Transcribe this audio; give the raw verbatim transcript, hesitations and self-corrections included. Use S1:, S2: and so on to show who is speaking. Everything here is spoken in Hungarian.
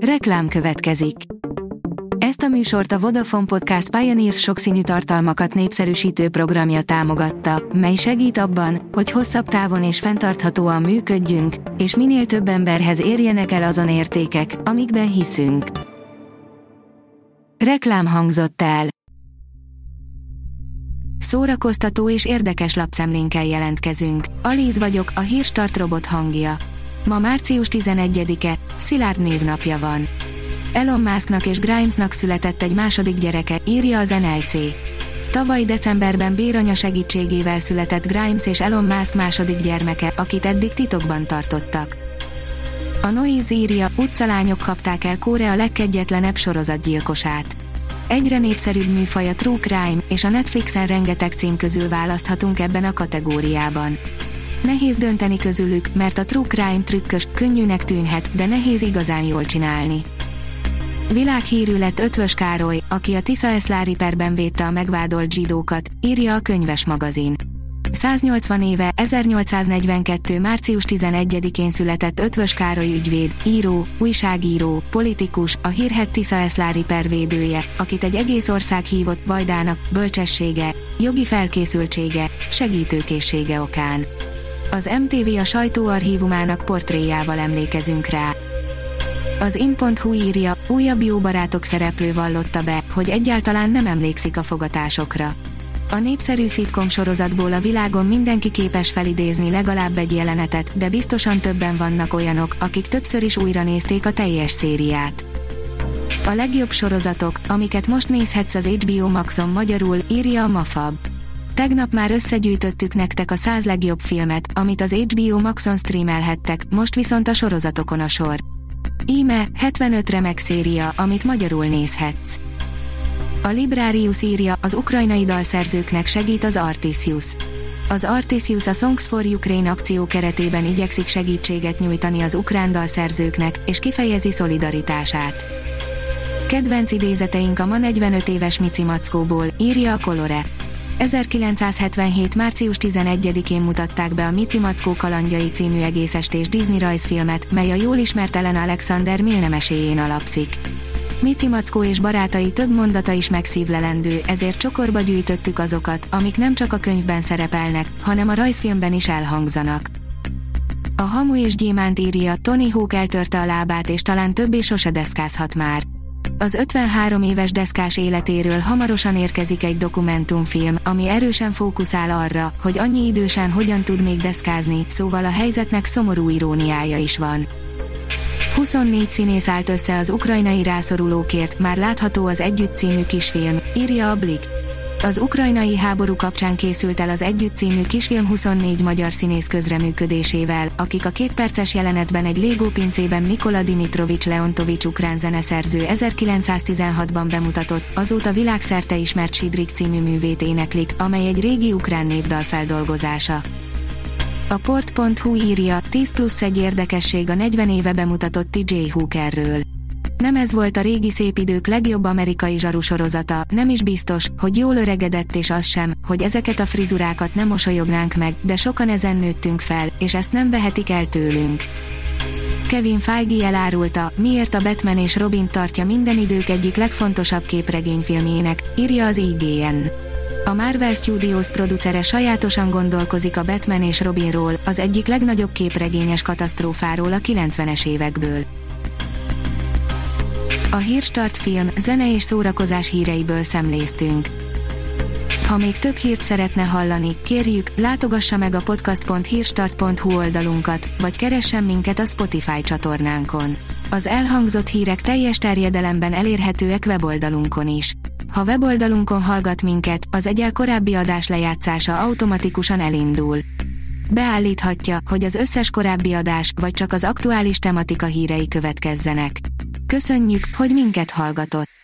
S1: Reklám következik. Ezt a műsort a Vodafone Podcast Pioneers sokszínű tartalmakat népszerűsítő programja támogatta, mely segít abban, hogy hosszabb távon és fenntarthatóan működjünk, és minél több emberhez érjenek el azon értékek, amikben hiszünk. Reklám hangzott el. Szórakoztató és érdekes lapszemlénkkel jelentkezünk. Alíz vagyok, a Hírstart robot hangja. Ma március tizenegyedike, Szilárd névnapja van. Elon Musknak és Grimesnak született egy második gyereke, írja az en el cé. Tavaly decemberben béranya segítségével született Grimes és Elon Musk második gyermeke, akit eddig titokban tartottak. A Noise írja, utcalányok kapták el Korea legkegyetlenebb sorozatgyilkosát. Egyre népszerűbb műfaj a True Crime, és a Netflixen rengeteg cím közül választhatunk ebben a kategóriában. Nehéz dönteni közülük, mert a True Crime trükkös, könnyűnek tűnhet, de nehéz igazán jól csinálni. Világhírű lett Ötvös Károly, aki a Tisza-Eszlári perben védte a megvádolt zsidókat, írja a Könyves magazin. száznyolcvan éve, ezernyolcszáznegyvenkettő. március tizenegyedikén született Ötvös Károly ügyvéd, író, újságíró, politikus, a hírhedt Tisza-Eszlári per védője, akit egy egész ország hívott vajdának, bölcsessége, jogi felkészültsége, segítőkészsége okán. Az em té vé a sajtóarchívumának portréjával emlékezünk rá. Az in pont hu írja, újabb Jó barátok szereplő vallotta be, hogy egyáltalán nem emlékszik a fogatásokra. A népszerű szitkom sorozatból a világon mindenki képes felidézni legalább egy jelenetet, de biztosan többen vannak olyanok, akik többször is újra nézték a teljes szériát. A legjobb sorozatok, amiket most nézhetsz az há bé o Maxon magyarul, írja a Mafab. Tegnap már összegyűjtöttük nektek a száz legjobb filmet, amit az há bé o Maxon streamelhettek, most viszont a sorozatokon a sor. Íme, hetvenöt remek széria, amit magyarul nézhetsz. A Librarius írja, az ukrajnai dalszerzőknek segít az Artisius. Az Artisius a Songs for Ukraine akció keretében igyekszik segítséget nyújtani az ukrán dalszerzőknek, és kifejezi szolidaritását. Kedvenc idézeteink a ma negyvenöt éves Mici Mackóból, írja a Colore. ezerkilencszázhetvenhét. március tizenegyedikén mutatták be a Mici Mackó kalandjai című egészestés Disney rajzfilmet, mely a jól ismert Ellen Alexander Milne meséjén alapszik. Mici Mackó és barátai több mondata is megszívlelendő, ezért csokorba gyűjtöttük azokat, amik nem csak a könyvben szerepelnek, hanem a rajzfilmben is elhangzanak. A Hamu és Gyémánt írja, Tony Hawk eltörte a lábát és talán többé sose deszkázhat már. Az ötvenhárom éves deszkás életéről hamarosan érkezik egy dokumentumfilm, ami erősen fókuszál arra, hogy annyi idősen hogyan tud még deszkázni, szóval a helyzetnek szomorú iróniája is van. huszonnégy színész állt össze az ukrajnai rászorulókért, már látható az Együtt című kisfilm, írja a Blick. Az ukrajnai háború kapcsán készült el az Együtt című kisfilm huszonnégy magyar színész közreműködésével, akik a kétperces jelenetben egy Lego pincében Mikola Dimitrovics Leontovics ukrán zeneszerző ezerkilencszáztizenhatban bemutatott, azóta világszerte ismert Sidrik című művét éneklik, amely egy régi ukrán népdal feldolgozása. A port pont hu írja, tíz plusz egy érdekesség a negyven éve bemutatott té jé Hookerről. Nem ez volt a régi szép idők legjobb amerikai zsarusorozata, nem is biztos, hogy jól öregedett, és az sem, hogy ezeket a frizurákat nem mosolyognánk meg, de sokan ezen nőttünk fel, és ezt nem vehetik el tőlünk. Kevin Feige elárulta, miért a Batman és Robin tartja minden idők egyik legfontosabb képregényfilmjének, írja az i gé en. A Marvel Studios producere sajátosan gondolkozik a Batman és Robinról, az egyik legnagyobb képregényes katasztrófáról a kilencvenes évekből. A Hírstart film, zene és szórakozás híreiből szemléztünk. Ha még több hírt szeretne hallani, kérjük, látogassa meg a podcast pont hírstart pont hu oldalunkat, vagy keressen minket a Spotify csatornánkon. Az elhangzott hírek teljes terjedelemben elérhetőek weboldalunkon is. Ha weboldalunkon hallgat minket, az egyel korábbi adás lejátszása automatikusan elindul. Beállíthatja, hogy az összes korábbi adás, vagy csak az aktuális tematika hírei következzenek. Köszönjük, hogy minket hallgatott!